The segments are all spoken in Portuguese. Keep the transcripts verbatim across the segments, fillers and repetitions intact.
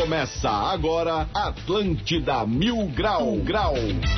Começa agora Atlântida Mil Grau Grau.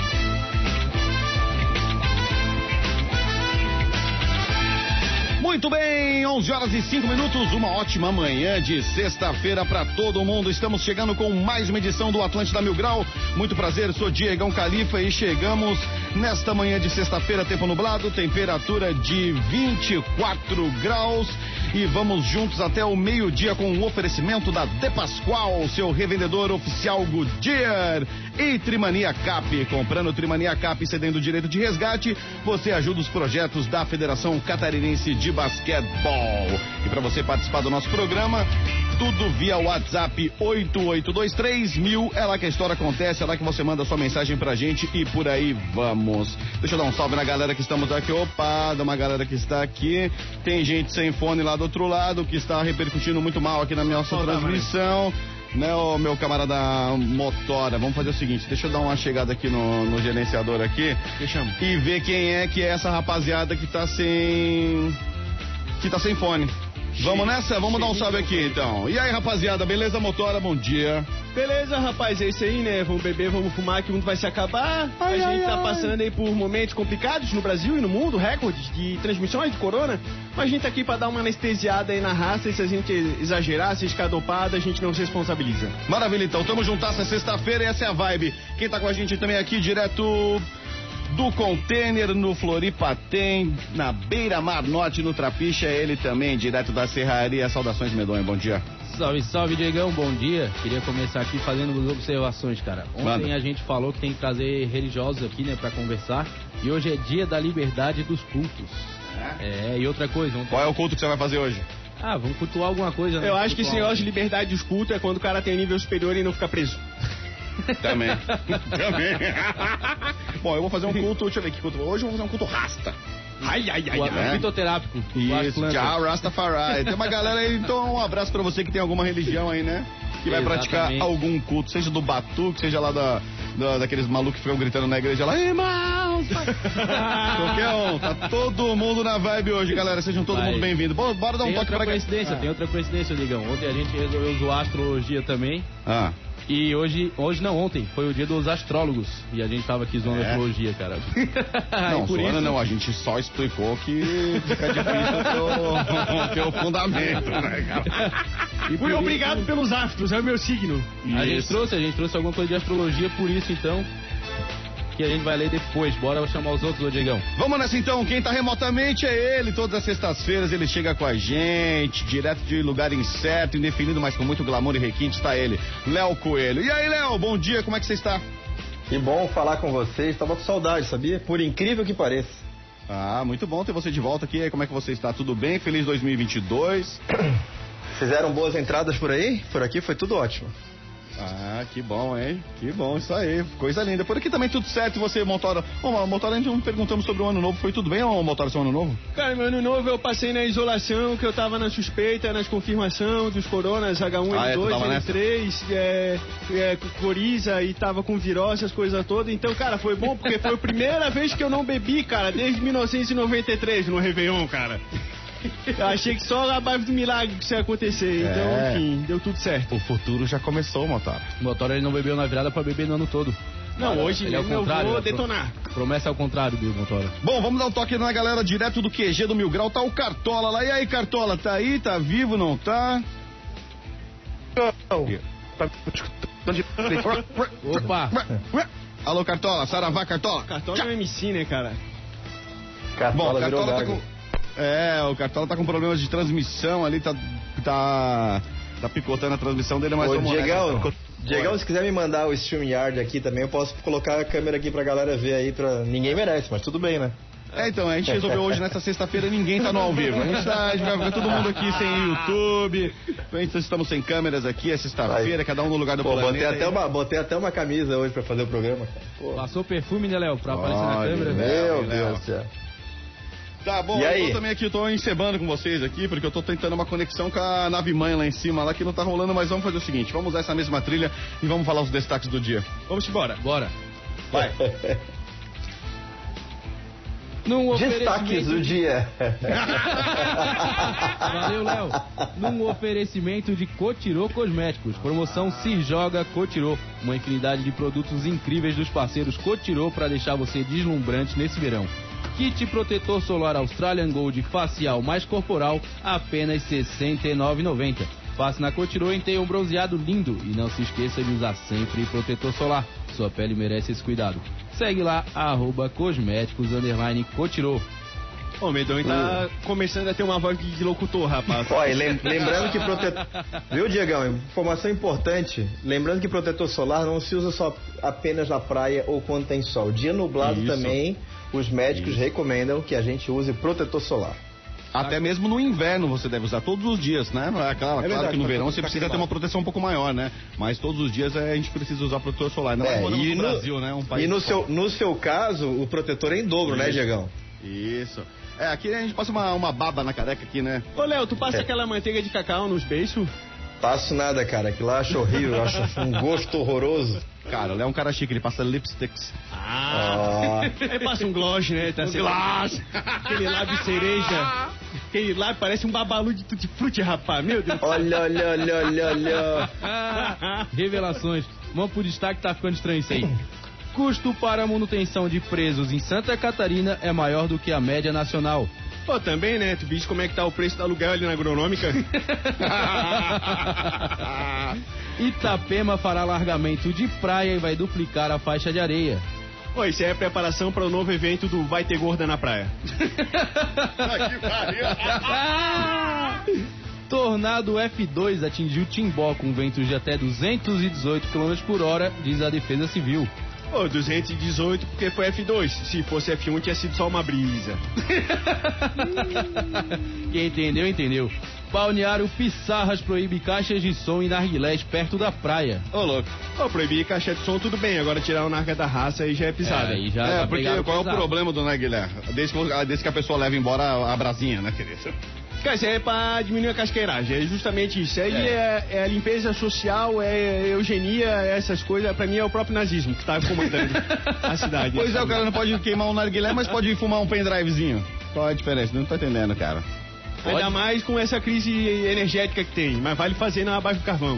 Muito bem, onze horas e cinco minutos, uma ótima manhã de sexta-feira para todo mundo. Estamos chegando com mais uma edição do Atlântida Mil Grau. Muito prazer, sou Diegão Califa e chegamos nesta manhã de sexta-feira, tempo nublado, temperatura de vinte e quatro graus. E vamos juntos até o meio-dia com o oferecimento da De Pascoal, seu revendedor oficial Goodyear. E Trimania Cap, comprando Trimania Cap e cedendo direito de resgate, você ajuda os projetos da Federação Catarinense de Basquetebol. E para você participar do nosso programa, tudo via WhatsApp oito oito dois três mil. É lá que a história acontece, é lá que você manda sua mensagem pra gente e por aí vamos. Deixa eu dar um salve na galera que estamos aqui. Opa, dá uma galera que está aqui. Tem gente sem fone lá do outro lado que está repercutindo muito mal aqui na nossa Olá, transmissão. Né, ô, meu camarada Motora, vamos fazer o seguinte, deixa eu dar uma chegada aqui no, no gerenciador aqui e ver quem é que é essa rapaziada que tá sem que tá sem fone. Vamos nessa? Vamos dar um salve aqui então. E aí, rapaziada, beleza, Motora? Bom dia. Beleza, rapaz, é isso aí, né? Vamos beber, vamos fumar, que o mundo vai se acabar. Ai, a gente ai, tá ai. passando aí por momentos complicados no Brasil e no mundo, recordes de transmissões de corona. Mas a gente tá aqui pra dar uma anestesiada aí na raça e se a gente exagerar, se ficar dopado, a gente não se responsabiliza. Maravilha, então. Tamo juntas essa sexta-feira e essa é a vibe. Quem tá com a gente também aqui, direto do container no Floripa tem, na Beira-Mar Norte no Trapiche, é ele também, direto da Serraria. Saudações, Medonha, bom dia. Salve, salve, Diegão, bom dia. Queria começar aqui fazendo duas observações, cara. Ontem Manda. a gente falou que tem que trazer religiosos aqui, né, pra conversar. E hoje é dia da liberdade dos cultos. É, é e outra coisa... Ontem... Qual é o culto que você vai fazer hoje? Ah, vamos cultuar alguma coisa, né? Eu acho que esse negócio de liberdade dos cultos é quando o cara tem nível superior e não fica preso. Também. Também. Bom, eu vou fazer um culto, deixa eu ver que culto. Hoje eu vou fazer um culto rasta. Ai, ai, ai, o fitoterápico. Isso, já Rastafari. Tem uma galera aí, então um abraço pra você que tem alguma religião aí, né? Que vai Exatamente. praticar algum culto, seja do Batuque, seja lá da, da, daqueles malucos que ficam gritando na igreja lá, irmãos! Qualquer um, tá todo mundo na vibe hoje, galera, sejam todo vai. mundo bem-vindos. Bora dar um tem toque outra pra coincidência, ah. Tem outra coincidência, Digão. Ontem a gente resolveu zoar astrologia também. Ah. E hoje, hoje não, ontem, foi o dia dos astrólogos. E a gente tava aqui zoando é. astrologia, cara. Não, zoando isso... não, a gente só explicou que fica difícil ter o fundamento, né, cara? E fui obrigado isso... pelos astros, é o meu signo. Isso. A gente trouxe, a gente trouxe alguma coisa de astrologia, por isso então... que a gente vai ler depois. Bora chamar os outros, ô Diegão. Vamos nessa então, quem tá remotamente é ele. Todas as sextas-feiras ele chega com a gente, direto de lugar incerto, indefinido, mas com muito glamour e requinte, está ele, Léo Coelho. E aí, Léo, bom dia, como é que você está? Que bom falar com vocês, tava com saudade, sabia? Por incrível que pareça. Ah, muito bom ter você de volta aqui. E aí, como é que você está? Tudo bem? Feliz dois mil e vinte e dois. Fizeram boas entradas por aí? Por aqui foi tudo ótimo. Ah, que bom, hein? Que bom, isso aí, coisa linda. Por aqui também tudo certo, e você, Motora? Ô, Motora, a gente não perguntamos sobre o ano novo, foi tudo bem, ô, Motora, seu ano novo? Cara, meu ano novo eu passei na isolação, que eu tava na suspeita, nas confirmações dos coronas, H um N dois, N três, é, é, coriza e tava com virose, as coisas todas. Então, cara, foi bom, porque foi a primeira vez que eu não bebi, cara, desde mil novecentos e noventa e três, no Réveillon, cara. Eu achei que só a base do milagre que isso ia acontecer, então, é. enfim, deu tudo certo. O futuro já começou, Motora. O Motora, ele não bebeu na virada pra beber no ano todo. Não, Olha, hoje ele é o contrário, eu vou detonar. Promessa ao contrário, viu, Motora? Bom, vamos dar um toque na galera direto do Q G do Mil Grau. Tá o Cartola lá. E aí, Cartola, tá aí? Tá vivo, não tá? Opa! Alô, Cartola, Saravá, Cartola. Cartola é um M C, né, cara? Cartola Bom, Cartola tá com... É, o Cartola tá com problemas de transmissão ali, tá, tá, tá picotando a transmissão dele, mas Ô, vamos Diegão, nessa. Diegão, se quiser me mandar o StreamYard aqui também, eu posso colocar a câmera aqui pra galera ver aí, pra... ninguém merece, mas tudo bem, né? É, então, a gente resolveu hoje, nessa sexta-feira, ninguém tá no ao vivo. A gente, tá, a gente vai ver todo mundo aqui sem YouTube, a gente, estamos sem câmeras aqui, é sexta-feira, cada um no lugar do Pô, planeta. Botei até, uma, botei até uma camisa hoje pra fazer o programa. Pô. Passou perfume, né, Léo, pra aparecer Olha, na câmera. Meu Deus do céu. Tá bom, e aí? eu tô também aqui, tô encebando com vocês aqui, porque eu tô tentando uma conexão com a nave-mãe lá em cima, lá que não tá rolando, mas vamos fazer o seguinte, vamos usar essa mesma trilha e vamos falar os destaques do dia. Vamos embora. Bora. Vai. Num Destaques do dia. Valeu, Léo. Num oferecimento de Cotirô Cosméticos. Promoção Se Joga Cotirô. Uma infinidade de produtos incríveis dos parceiros Cotirô para deixar você deslumbrante nesse verão. Kit protetor solar Australian Gold facial mais corporal a apenas sessenta e nove reais e noventa centavos. Passe na Cotirô e tenha um bronzeado lindo. E não se esqueça de usar sempre protetor solar. Sua pele merece esse cuidado. Segue lá, arroba cosméticos, underline Cotirô. Ô, o Medonho tá uh. começando a ter uma voz de locutor, rapaz. Olha, lem lembrando que protetor... Viu, Diegão? Informação importante. Lembrando que protetor solar não se usa só apenas na praia ou quando tem sol. Dia nublado Isso. também, os médicos Isso. recomendam que a gente use protetor solar. Até mesmo no inverno você deve usar todos os dias, né? É claro, é verdade, claro que no verão você precisa ter uma proteção um pouco maior, né? Mas todos os dias a gente precisa usar protetor solar. Não é, e no Brasil, né? Um país e no seu, no seu caso, o protetor é em dobro, Isso. né, Diegão? Isso. É, aqui a gente passa uma, uma baba na careca aqui, né? Ô, Léo, tu passa é. aquela manteiga de cacau nos beiços? Passo nada, cara. Aquilo lá acho horrível, acho um gosto horroroso. Cara, o Léo é um cara chique, ele passa lipsticks. Ah! Oh. Ele passa um gloss, né? Tá um gloss! Aquele lábio cereja. Aquele lábio parece um babalu de tutti-frutti, rapaz. Meu Deus. Olha, olha, olha, olha, olha. Revelações. Vamos pro destaque, tá ficando estranho isso aí. Custo para a manutenção de presos em Santa Catarina é maior do que a média nacional. Pô, também, né? Tu viste como é que tá o preço do aluguel ali na agronômica? Itapema fará largamento de praia e vai duplicar a faixa de areia. Pô, isso é a preparação para o novo evento do Vai Ter Gorda na Praia. Que pariu! Tornado F dois atingiu Timbó com ventos de até duzentos e dezoito quilômetros por hora, diz a Defesa Civil. Pô, duzentos e dezoito porque foi F dois. Se fosse F um tinha sido só uma brisa. Quem entendeu, entendeu. Balneário Pissarras proíbe caixas de som e narguilés perto da praia. Ô, oh, louco. Ô, oh, proibir caixa de som tudo bem, agora tirar o narga da raça aí já é pisada. É, aí já é porque qual é o problema do narguilé? Desde, desde que a pessoa leva embora a, a brasinha, né, querido? Cara, isso aí é pra diminuir a casqueiragem, é justamente isso. Isso aí é, é, é a limpeza social, é eugenia, é essas coisas. Pra mim é o próprio nazismo que tá comandando a cidade. Pois é, o cara não pode queimar um narguilé, mas pode fumar um pendrivezinho. Qual é a diferença? Não tô entendendo, cara. Pode? Ainda mais com essa crise energética que tem, mas vale fazer na base do carvão.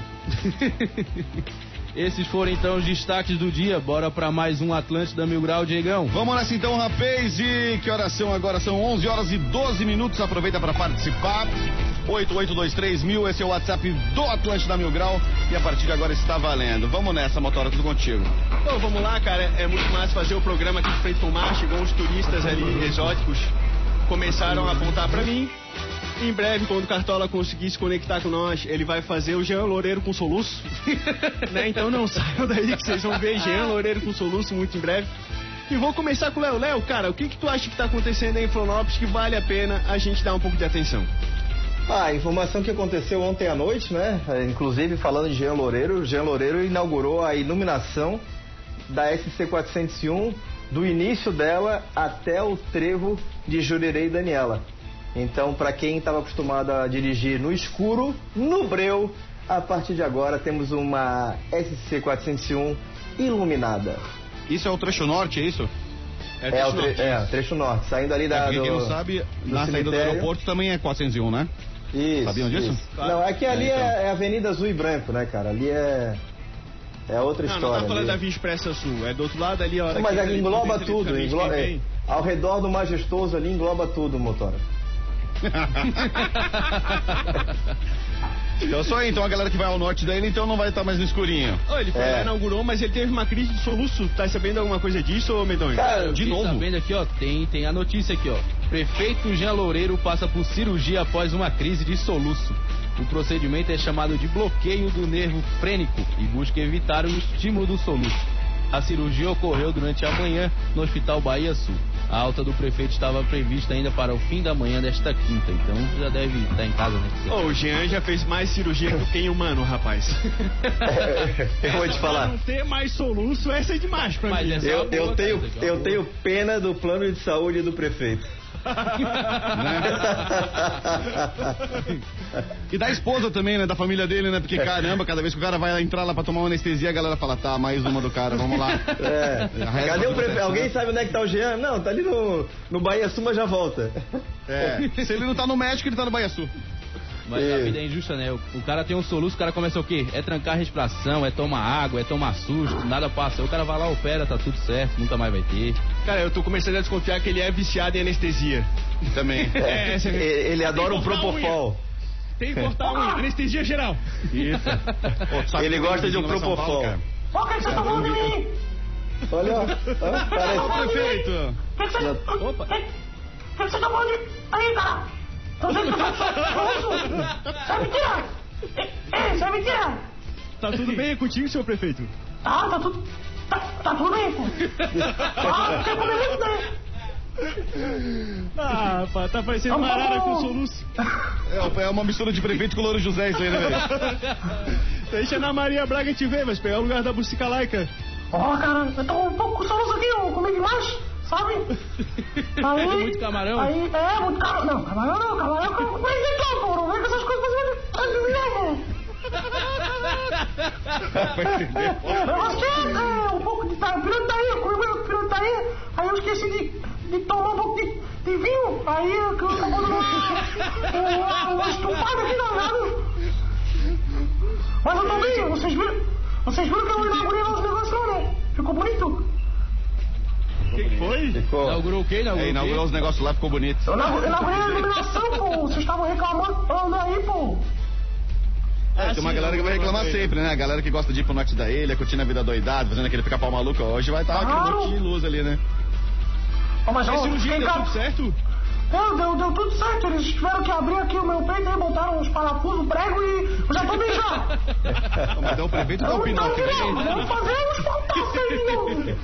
Esses foram então os destaques do dia. Bora pra mais um Atlântida Mil Grau, Diegão. Vamos nessa então, rapaz. E que horas são agora? São onze horas e doze minutos. Aproveita pra participar. oito oito dois três mil, esse é o WhatsApp do Atlântida Mil Grau. E a partir de agora está valendo. Vamos nessa, motora, tudo contigo. Bom, vamos lá, cara. É muito massa fazer o programa aqui de frente pro mar. Chegou uns turistas ali exóticos. Começaram a apontar pra mim. Em breve, quando o Cartola conseguir se conectar com nós, ele vai fazer o Jean Loureiro com soluço. Né? Então não saiam daí que vocês vão ver Jean Loureiro com soluço muito em breve. E vou começar com o Léo. Léo, cara, o que que tu acha que tá acontecendo aí em Florianópolis que vale a pena a gente dar um pouco de atenção? Ah, a informação que aconteceu ontem à noite, né? Inclusive falando de Jean Loureiro, Jean Loureiro inaugurou a iluminação da S C quatrocentos e um do início dela até o trevo de Jurerê e Daniela. Então, para quem estava acostumado a dirigir no escuro, no breu, a partir de agora temos uma S C quatrocentos e um iluminada. Isso é o trecho norte, é isso? É, trecho é, o tre norte. é, trecho norte, saindo ali da... É, do, quem não sabe, na saída do aeroporto também é quatrocentos e um, né? Isso. Sabiam disso? Isso. Não, é que ali é, então. é, é Avenida Azul e Branco, né, cara? Ali é... É outra não, história. Não, tá falando ali. da Via Expressa Sul, é do outro lado ali a hora. Não, mas que ali engloba tudo, engloba, é, ao redor do Majestoso ali engloba tudo, motora. Então só aí, então a galera que vai ao norte dele então não vai estar mais no escurinho. Oh, ele foi é. lá, inaugurou, mas ele teve uma crise de soluço. Tá sabendo alguma coisa disso, ô Medonho? Cara, de novo. Sabendo aqui, ó, tem, tem a notícia aqui, ó. Prefeito Jean Loureiro passa por cirurgia após uma crise de soluço. O procedimento é chamado de bloqueio do nervo frênico e busca evitar o estímulo do soluço. A cirurgia ocorreu durante a manhã no Hospital Bahia Sul. A alta do prefeito estava prevista ainda para o fim da manhã desta quinta, então já deve estar em casa, né? Oh, o Jean já fez mais cirurgia que quem humano, rapaz. Eu vou te falar. Não ter mais soluço, essa é demais pra Mas mim. Eu, eu, tenho, eu tenho pena do plano de saúde do prefeito. Né? E da esposa também, né? Da família dele, né? Porque caramba, cada vez que o cara vai entrar lá pra tomar uma anestesia, a galera fala, tá, mais uma do cara, vamos lá. É. Cadê o prefeito? Alguém sabe onde é que tá o Jean? Não, tá ali no, no Bahia Sul, mas já volta. É. Se ele não tá no México, ele tá no Bahia Sul. Mas e... a vida é injusta, né? O, o cara tem um soluço, o cara começa o quê? É trancar a respiração, é tomar água, é tomar susto, nada passa. O cara vai lá, opera, tá tudo certo, nunca mais vai ter. Cara, eu tô começando a desconfiar que ele é viciado em anestesia. Também. É, ele, ele adora um propofol. Tem que cortar unha. Anestesia geral. Isso. Pô, ele gosta de um propofol. Ó, o que você tá falando de mim? Olha, ó, parece... Ô, prefeito. O que você... Opa. O que você tá falando de... Aí, cara. Tô dizendo que eu sou isso. Isso é mentira. É, isso é mentira. Tá tudo bem contigo, senhor prefeito? Tá, tá tudo... Tá, tá tudo bem, pô. Ah, não tem problema muito bem. Ah, pá, tá parecendo uma arara com soluço. É, é uma mistura de prefeito com o Louro José isso aí, né, velho? Deixa a Ana Maria Braga te ver, mas pegar o lugar da Bucica Laica. Ó, oh, cara, eu tô um pouco com soluço aqui, eu comi demais, sabe? Aí, é muito camarão? Aí, é, muito camarão. Não, camarão não, camarão não. Mas então, pô, não vem com essas coisas pra cima de mim, eu achei é, um pouco de pirataria, eu comi muito pirataria, aí eu esqueci de, de tomar um pouco de, de vinho, aí eu acabou dando uma, uma estufada aqui na nada. Mas eu tô bem, vocês viram, vocês viram que eu inaugurei os negócios lá, né? Ficou bonito? O que foi? Ficou. Inaugurou o quê? Inaugurou, é, inaugurou os negócios lá, ficou bonito. Eu inaugurei a iluminação, pô, vocês estavam reclamando aí, pô. É, tem uma galera que vai reclamar sempre, né? A galera que gosta de ir pro norte da ilha, curtindo a vida doidada, fazendo aquele pica-pau maluco. Hoje vai estar aquele monte de luz ali, né? Oh, mas a cirurgia deu tudo certo? Deu, deu, deu tudo certo. Eles tiveram que abrir aqui o meu peito e botaram uns parafusos, prego e eu já tô bem já. Mas dá o prefeito ou o Pinóquio? Vamos fazer uns fantasmas aí,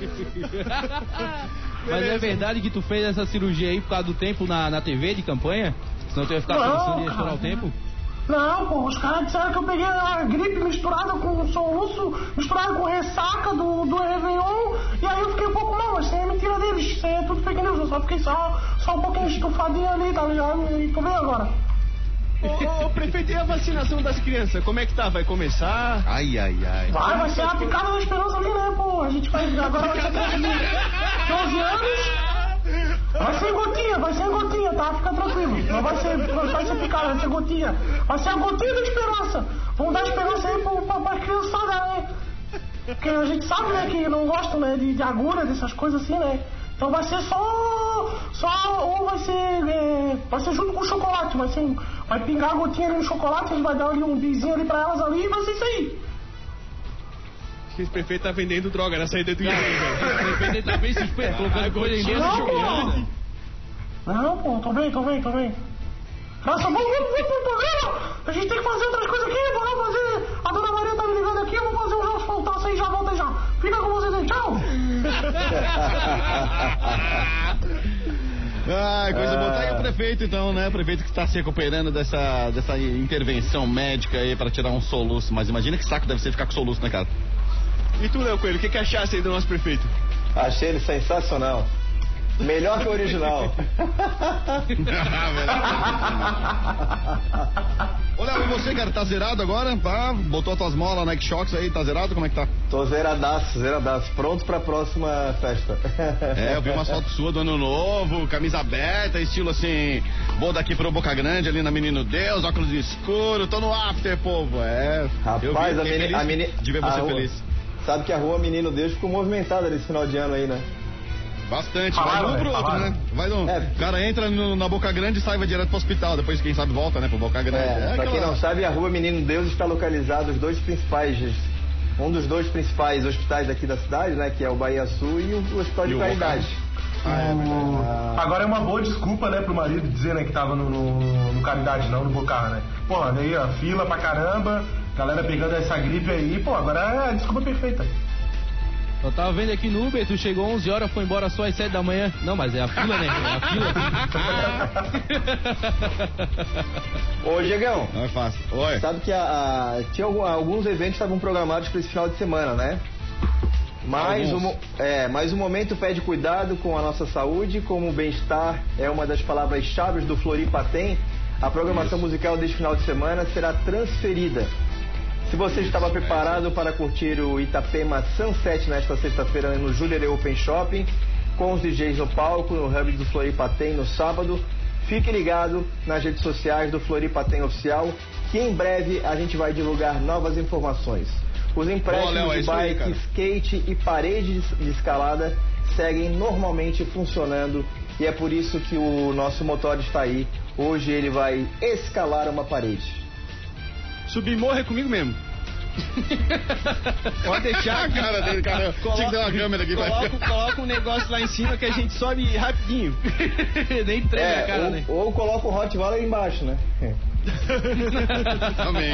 Mas é verdade que tu fez essa cirurgia aí por causa do tempo na, na T V de campanha? Senão tu ia ficar pensando em estourar o tempo? Não, pô, os caras disseram que eu peguei a gripe misturada com soluço, misturada com ressaca do, do Réveillon, e aí eu fiquei um pouco mal, mas isso aí é mentira deles, isso aí é tudo fake news, eu só fiquei só, só um pouquinho estufadinho ali, tá ligado? E tu vê agora. Ô, ô, ô, prefeito, e a vacinação das crianças, como é que tá? Vai começar? Ai, ai, ai. Vai, vai ser a picada da esperança ali, né, pô? A gente vai, agora vai ser doze anos... Vai ser gotinha, vai ser gotinha, tá? Fica tranquilo. Não vai ser, não vai ser picada, vai ser gotinha. Vai ser a gotinha da esperança. Vamos dar esperança aí pra, pra, pra criançada, né? Porque a gente sabe, né, que não gostam, né, de, de agulha, dessas coisas assim, né? Então vai ser só... Só... Ou vai ser... É, vai ser junto com o chocolate. Vai ser um... Vai pingar a gotinha ali no chocolate, a gente vai dar ali um bizinho ali pra elas ali e vai ser isso aí. Acho que esse prefeito tá vendendo droga na saída do Guilherme, velho. O prefeito tá bem suspeito, colocando coisa em dentro do chocolate. Não, pô, tô bem, tô bem, tô bem. Nossa, vamos, vamos, vamos pro programa. A gente tem que fazer outras coisas aqui, bora fazer... A dona Maria tá me ligando aqui, eu vou fazer um Jogos Fantasmas aí, já volta já. Fica com vocês aí, tchau. Ah, coisa boa. Tá aí o prefeito, então, né? O prefeito que está se recuperando dessa, dessa intervenção médica aí pra tirar um soluço. Mas imagina que saco deve ser ficar com soluço, né, cara? E tu, Léo Coelho, o que, que achaste aí do nosso prefeito? Achei ele sensacional. Melhor que o original. Olha, e você, cara, tá zerado agora? Tá? Botou as tuas molas, Nike Shox aí, tá zerado? Como é que tá? Tô zeradaço, zeradaço. Pronto pra próxima festa. É, eu vi umas fotos suas do ano novo, camisa aberta, estilo assim, vou daqui pro Boca Grande, ali na Menino Deus, óculos escuros, tô no after, povo. É. Rapaz, eu vi, a, meni, a menina. De ver você rua, feliz. Sabe que a rua Menino Deus ficou movimentada nesse final de ano aí, né? Bastante, vai de um pro outro, né? Vai de um. É. O cara entra no, na Boca Grande e sai, vai direto pro hospital. Depois, quem sabe, volta, né, pro Boca Grande. É, é pra aquela... quem não sabe, a rua Menino Deus está localizada os dois principais, um dos dois principais hospitais aqui da cidade, né, que é o Bahia Sul e o, o Hospital de Caridade. Ah, é ah. Agora é uma boa desculpa, né, pro marido dizer, né, que tava no, no, no Caridade, não no Bocar, né? Pô, aí, ó, fila pra caramba, galera pegando essa gripe aí, pô, agora é a desculpa perfeita. Eu tava vendo aqui no Uber, tu chegou onze horas, foi embora só às sete da manhã. Não, mas é a fila, né? É a fila. Ô, Diegão. Não é fácil. Oi. Sabe que a, a, tinha alguns eventos que estavam programados para esse final de semana, né? Mas o, é, mas o momento pede cuidado com a nossa saúde, como o bem-estar é uma das palavras-chave do Floripa Tem. A programação Isso. musical deste final de semana será transferida. Se você Isso, estava preparado é para curtir o Itapema Sunset nesta sexta-feira no Jurerê Open Shopping, com os D Js no palco, no hub do Floripa Tem no sábado, fique ligado nas redes sociais do Floripa Tem Oficial, que em breve a gente vai divulgar novas informações. Os empréstimos Boa, Léo, de bike, aí, skate e paredes de escalada seguem normalmente funcionando e é por isso que o nosso motor está aí. Hoje ele vai escalar uma parede. Subir morro é comigo mesmo. Pode deixar a cara dele, cara. Coloca, tinha que ter uma câmera aqui. Coloca, coloca um negócio lá em cima que a gente sobe rapidinho. Nem treme é, a cara, ou, né? Ou coloca o Hot Wheeler embaixo, né? Também.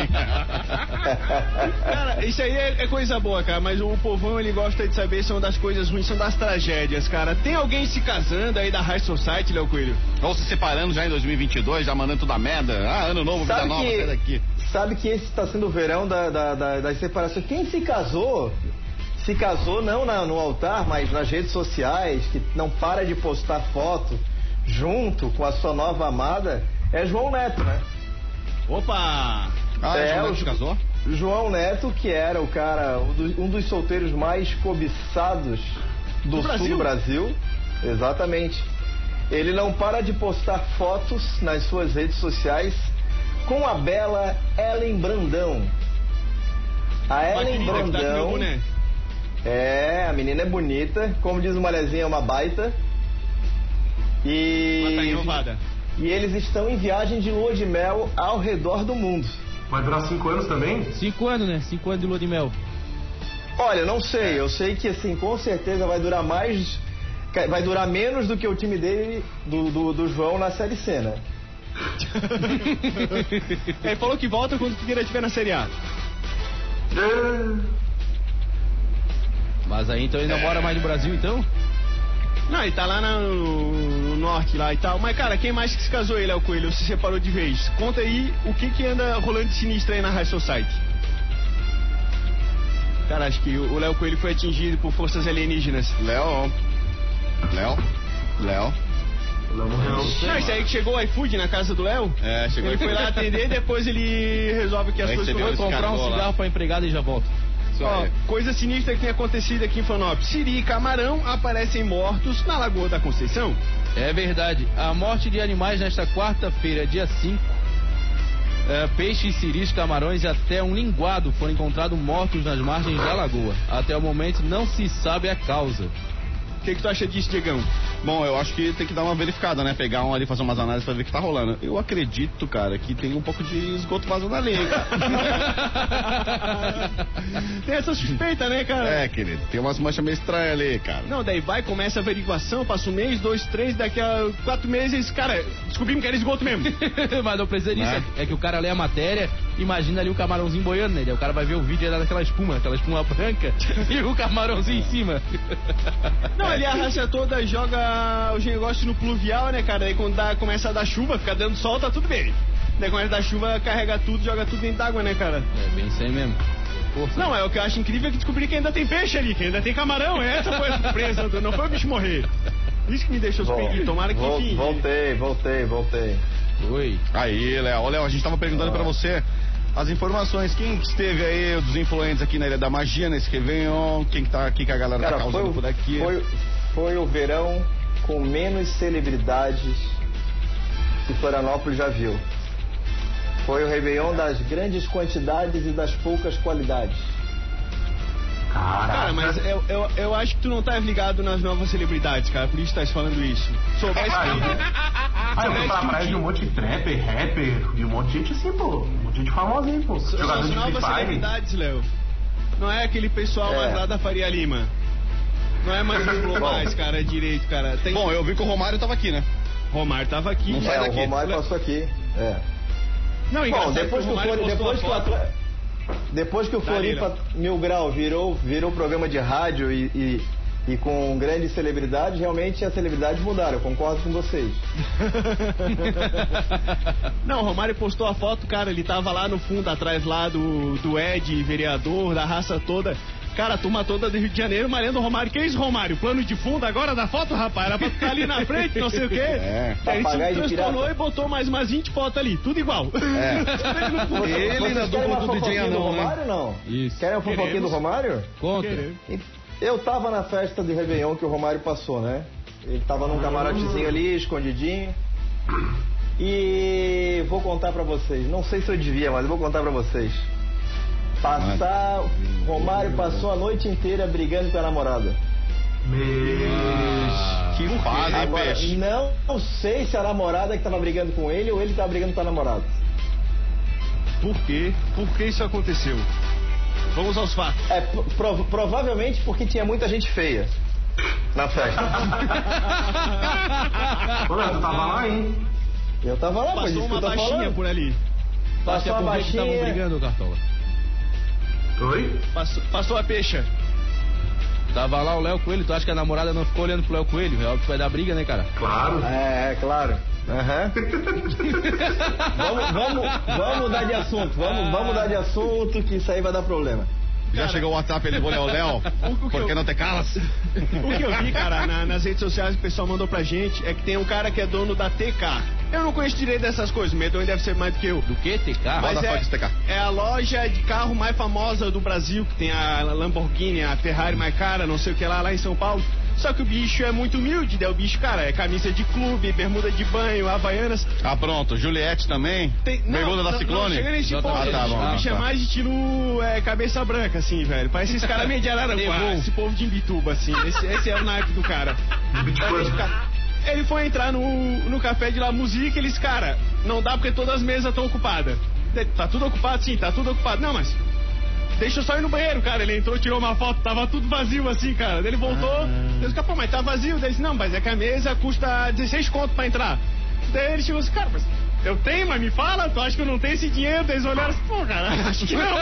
Cara, isso aí é, é coisa boa, cara, mas o povão ele gosta de saber, são das coisas ruins, são das tragédias, cara. Tem alguém se casando aí da High Society, Léo Coelho? Ou se separando já em dois mil e vinte e dois, já mandando tudo a merda. Ah, ano novo, vida sabe nova, que, sai daqui. Sabe que esse está sendo o verão da, da, da, das separações. Quem se casou, se casou não na, no altar, mas nas redes sociais, que não para de postar foto junto com a sua nova amada, é João Neto, né? Opa! Ah, é, João Neto casou? João Neto, que era o cara, um dos, um dos solteiros mais cobiçados do, do sul Brasil. do Brasil. Exatamente. Ele não para de postar fotos nas suas redes sociais com a bela Ellen Brandão. A Ellen Brandão. É, a menina é bonita, como diz o Manezinho, é uma baita. E. E eles estão em viagem de lua de mel ao redor do mundo. Vai durar cinco anos também? Cinco anos, né? Cinco anos de lua de mel. Olha, não sei. Eu sei que, assim, com certeza vai durar mais... Vai durar menos do que o time dele, do, do, do João, na Série C, né? Ele falou que volta quando o Figueira estiver na Série A. Mas aí, então, ele não mora mais no Brasil, então? Não, ele tá lá no, no norte lá e tal. Mas, cara, quem mais que se casou aí, Léo Coelho? Se separou de vez? Conta aí o que que anda rolando de sinistro aí na High Society. Cara, acho que o Léo Coelho foi atingido por forças alienígenas. Léo. Léo. Léo. Não, isso aí que chegou o iFood na casa do Léo. É, chegou. Ele foi lá atender e depois ele resolve que as coisas vão comprar um cigarro lá pra empregada e já volta. Ó, coisa sinistra que tem acontecido aqui em Florianópolis. Siri e camarão aparecem mortos na Lagoa da Conceição. É verdade. A morte de animais nesta quarta-feira, dia cinco. É, peixes, siris, camarões e até um linguado foram encontrados mortos nas margens da lagoa. Até o momento não se sabe a causa. O que, que tu acha disso, Diegão? Bom, eu acho que tem que dar uma verificada, né? Pegar um ali, fazer umas análises pra ver o que tá rolando. Eu acredito, cara, que tem um pouco de esgoto vazando ali, cara. Tem essa suspeita, né, cara? É, querido, tem umas manchas meio estranhas ali, cara. Não, daí vai, começa a averiguação, passa um mês, dois, três, daqui a quatro meses, cara, descobrimos que era esgoto mesmo. Mas não precisa disso, é? é que o cara lê a matéria, imagina ali o camarãozinho boiando, né? Daí o cara vai ver o vídeo e daquela espuma, aquela espuma branca e o camarãozinho em cima. Não, ali a raça toda joga os negócios no pluvial, né, cara? Aí quando dá, começa a dar chuva, fica dando sol, tá tudo bem. Daí quando dá chuva, carrega tudo, joga tudo dentro d'água, né, cara? É bem isso aí mesmo. Força. Não, é o que eu acho incrível é que descobri que ainda tem peixe ali, que ainda tem camarão. Essa foi a surpresa, não foi o bicho morrer. Isso que me deixou surpreendido. Tomara que, enfim. Voltei, voltei, voltei. Oi. Aí, Léo. Ô, Léo, a gente tava perguntando ah. pra você as informações. Quem esteve aí dos influentes aqui na Ilha da Magia, nesse Réveillon? Quem que tá aqui que a galera cara, tá causando foi, por aqui? Foi, foi o verão com menos celebridades que Florianópolis já viu. Foi o Réveillon das grandes quantidades e das poucas qualidades. Caraca. Cara, mas eu, eu, eu acho que tu não tá ligado nas novas celebridades, cara, por isso tu tá falando isso. Soubesse ah, que... Ah, eu fui pra praia de um monte de trapper, rapper, de um monte de gente assim, pô. Um monte de gente famosa aí, pô. São as novas celebridades, Léo. Não é aquele pessoal é. mais lá da Faria Lima. Não é mais os globais, cara, direito, cara. Tem... Bom, eu vi que o Romário tava aqui, né? Romário tava aqui. Não sai é, daqui. O Romário passou aqui, é. Não, Bom, depois que o Romário depois que o atleta... Depois que o Floripa Mil Grau virou, virou programa de rádio e, e, e com grandes celebridades, realmente as celebridades mudaram, eu concordo com vocês. Não, o Romário postou a foto, cara, ele tava lá no fundo, atrás lá do, do Ed, vereador, da raça toda. Cara, a turma toda do Rio de Janeiro malhando o Romário. Que é isso, Romário? Plano de fundo agora da foto, rapaz? Era pra ficar ali na frente, não sei o quê. É. Aí ele se transtornou e botou mais umas vinte fotos ali, tudo igual. É. Ele na dupla do D J Anão, do Romário, não? Isso. Querem um fofoquinho do Romário? Conta. Eu tava na festa de Réveillon que o Romário passou, né? Ele tava num camarotezinho ali, escondidinho. E vou contar pra vocês. Não sei se eu devia, mas eu vou contar pra vocês. Passar... Romário passou a noite inteira brigando com a namorada. Meu... Que fase, Agora, peixe. Não, não sei se a namorada que tava brigando com ele ou ele tava brigando com a namorada. Por quê? Por que isso aconteceu? Vamos aos fatos. É, prov provavelmente porque tinha muita gente feia na festa. Olha, tu tava lá, hein? Eu tava lá, Passou uma baixinha falando. por ali. Passou uma baixinha. Estavam brigando, Cartola. Oi? Passou, passou a peixa. Tava lá o Léo Coelho, tu acha que a namorada não ficou olhando pro Léo Coelho? É óbvio que vai dar briga, né, cara? Claro. É, é claro. Uhum. vamos, vamos, vamos mudar de assunto. Vamos, vamos mudar de assunto, que isso aí vai dar problema. Já cara, chegou o WhatsApp, ele falou, Léo, por que não te calas? O que eu vi, cara, na, nas redes sociais que o pessoal mandou pra gente é que tem um cara que é dono da T K. Eu não conheço direito dessas coisas, o Medonho deve ser mais do que eu. Do que, T K? Mas é, T K. É a loja de carro mais famosa do Brasil, que tem a Lamborghini, a Ferrari mais cara, não sei o que lá, lá em São Paulo. Só que o bicho é muito humilde, né? O bicho, cara, é camisa de clube, bermuda de banho, havaianas. Ah, pronto. Juliette também? Tem, não, bermuda da não, Ciclone? Não, chega nesse ponto. Ah, tá, bom, o bicho tá. é mais estilo é, cabeça branca, assim, velho. Parece esse cara meio de Araranguá, esse povo de Imbituba, assim. Esse, esse é o naipe do cara. Ele foi entrar no, no café de La Musique e eles, cara, não dá porque todas as mesas estão ocupadas. Tá tudo ocupado? Sim, tá tudo ocupado. Não, mas... Deixa eu só ir no banheiro, cara. Ele entrou, tirou uma foto, tava tudo vazio assim, cara. Daí ele voltou, ah. Ele disse, pô, mas tá vazio. Daí ele disse, não, mas é que a mesa custa dezesseis conto pra entrar. Daí ele chegou assim, cara, mas eu tenho, mas me fala, tu acha que eu não tenho esse dinheiro? Daí eles olharam assim, pô, cara, acho que não.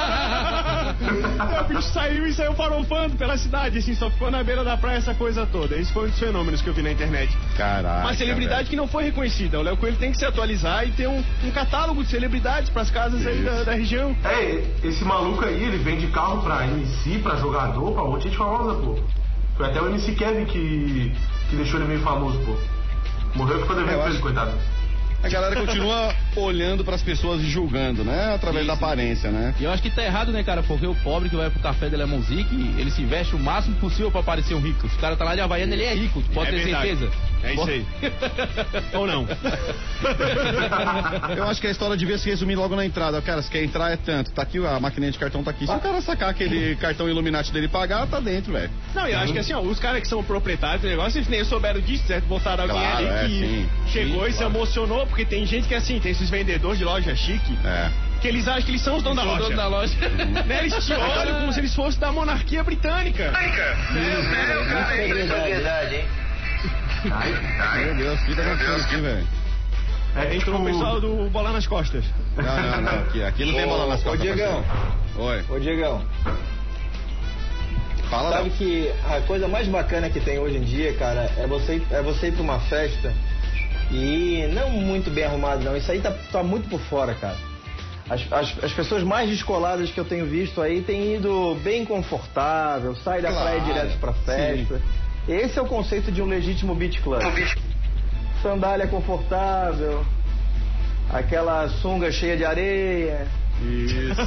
Daí o bicho saiu e saiu farofando pela cidade, assim, só ficou na beira da praia essa coisa toda. Esse foi um dos fenômenos que eu vi na internet. Caraca. Uma celebridade velho. Que não foi reconhecida. O Léo Coelho tem que se atualizar e ter um, um catálogo de celebridades pras casas aí da, da região. É, esse maluco aí, ele vende carro pra M C, pra jogador, pra um monte de gente famosa, pô. Foi até o M C Kevin que, que deixou ele meio famoso, pô. Morreu e ficou devendo pra ele, coitado. A galera continua olhando pras pessoas e julgando, né? Através Isso. da aparência, né? E eu acho que tá errado, né, cara? Porque o pobre que vai pro café de La Musique, ele se veste o máximo possível pra parecer um rico. Se o cara tá lá de Havaiana, ele é rico, pode é ter verdade. certeza. É isso aí. Ou não. Eu acho que a história devia se resumir logo na entrada. Cara, se quer entrar é tanto. Tá aqui, a maquininha de cartão tá aqui. Se o cara sacar aquele cartão Illuminati dele e pagar, tá dentro, velho. Não, eu acho que assim, ó, os caras que são proprietários do negócio, eles nem souberam disso, certo? Botaram alguém claro, ali é, que sim. chegou sim, e se claro. emocionou, porque tem gente que assim, tem esses vendedores de loja chique. É. Que eles acham que eles são os donos da loja. Da loja. Né? Eles te olham como se eles fossem da monarquia britânica. Meu Deus, cara, é propriedade, hein? Ai, ai, meu Deus, que tá acontecendo aqui, velho? É, entrou o pessoal do Bola nas Costas. Não, não, não, aqui, aqui não tem bola nas costas. Ô, Diegão. Oi. Ô, Diegão. Fala, Sabe não. que a coisa mais bacana que tem hoje em dia, cara, é você, é você ir pra uma festa e não muito bem arrumado, não. Isso aí tá, tá muito por fora, cara. As, as, as pessoas mais descoladas que eu tenho visto aí têm ido bem confortável, sai da claro, praia direto pra festa. Sim. Esse é o conceito de um legítimo beach club. Sandália confortável, aquela sunga cheia de areia. Isso.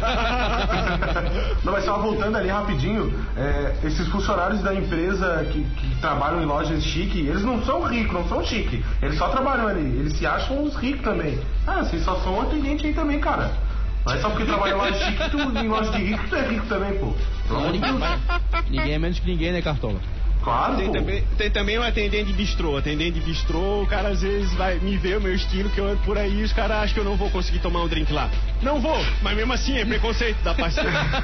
Não, mas só voltando ali rapidinho, é, esses funcionários da empresa que, que trabalham em lojas chique, eles não são ricos, não são chique. Eles só trabalham ali, eles se acham uns ricos também. Ah, vocês só são atendente aí também, cara. Não é só porque trabalha em loja chique, tu, em loja de rico, tu é rico também, pô. Não, ninguém, ninguém é menos que ninguém, né, Cartola? Claro, tem também, tem também um atendente de bistrô. Atendente de bistrô, o cara às vezes vai me ver o meu estilo, que eu ando por aí e os caras acham que eu não vou conseguir tomar um drink lá. Não vou, mas mesmo assim é preconceito da parte.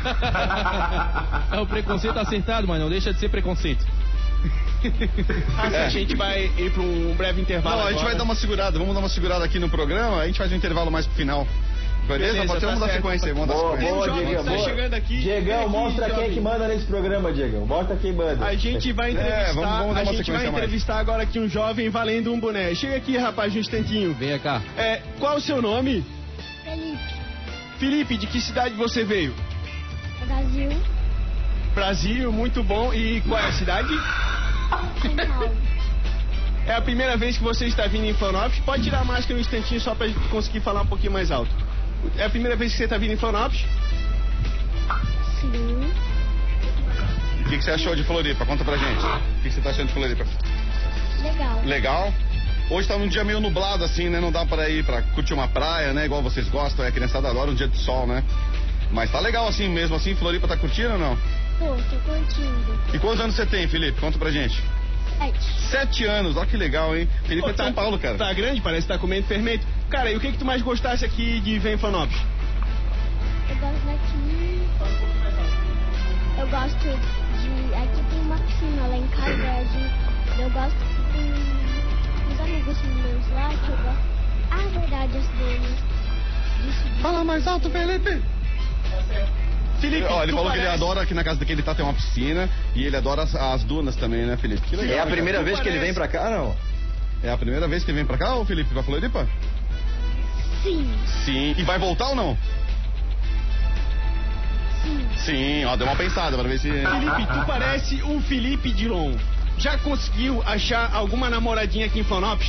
É o preconceito acertado, mas não deixa de ser preconceito. Assim, a gente vai ir para um breve intervalo. Não, a gente agora. vai dar uma segurada, vamos dar uma segurada aqui no programa, a gente faz um intervalo mais pro final. Beleza? Beleza, Pode ser, tá vamos dar sequência aí, vamos dar sequência. Boa, Jovem Diegão, que tá boa. chegando aqui. Diegão, aqui, mostra quem é que manda nesse programa, Diegão. Mostra quem manda. A gente vai entrevistar, É, vamos- vamos dar a uma gente vai sequência entrevistar mais. agora aqui um jovem valendo um boné. Chega aqui, rapaz, de um instantinho. Venha cá. É, qual o seu nome? Felipe, Felipe, de que cidade você veio? Brasil, Brasil, muito bom. E qual é a cidade? São Paulo. É a primeira vez que você está vindo em Florianópolis? Pode tirar a máscara um instantinho só pra conseguir falar um pouquinho mais alto. É a primeira vez que você está vindo em Florianópolis? Sim. O que, que você achou de Floripa? Conta pra gente. O que, que você tá achando de Floripa? Legal. Legal? Hoje tá num dia meio nublado assim, né? Não dá pra ir pra curtir uma praia, né? Igual vocês gostam, é a criançada adora um dia de sol, né? Mas tá legal assim mesmo assim, Floripa tá curtindo ou não? Tô, tô curtindo. E quantos anos você tem, Felipe? Conta pra gente. Sete. Sete anos, olha que legal, hein? Felipe Pô, é de tá, São Paulo, cara. Tá grande, parece que tá comendo fermento. Cara, e o que que tu mais gostasse aqui de ver em Florianópolis? Eu gosto daqui. Eu gosto de. Aqui tem uma piscina lá em casa. A gente, eu gosto que tem uns amigos meus lá que eu gosto. Ah, é verdade, esse deles. Disso, Fala mais alto, Felipe. Felipe, Ó, ele tu falou parece... que ele adora, aqui na casa dele tá, tem uma piscina, e ele adora as, as dunas também, né, Felipe? Que legal. É a né, primeira Tu vez que ele parece- vem pra cá, não? É a primeira vez que ele vem pra cá, ô Felipe, pra Floripa? Sim, Sim. E vai voltar ou não? sim. Sim, ó, deu uma pensada pra ver se... Felipe, tu parece o Felipe Dilon. Já conseguiu achar alguma namoradinha aqui em Florianópolis?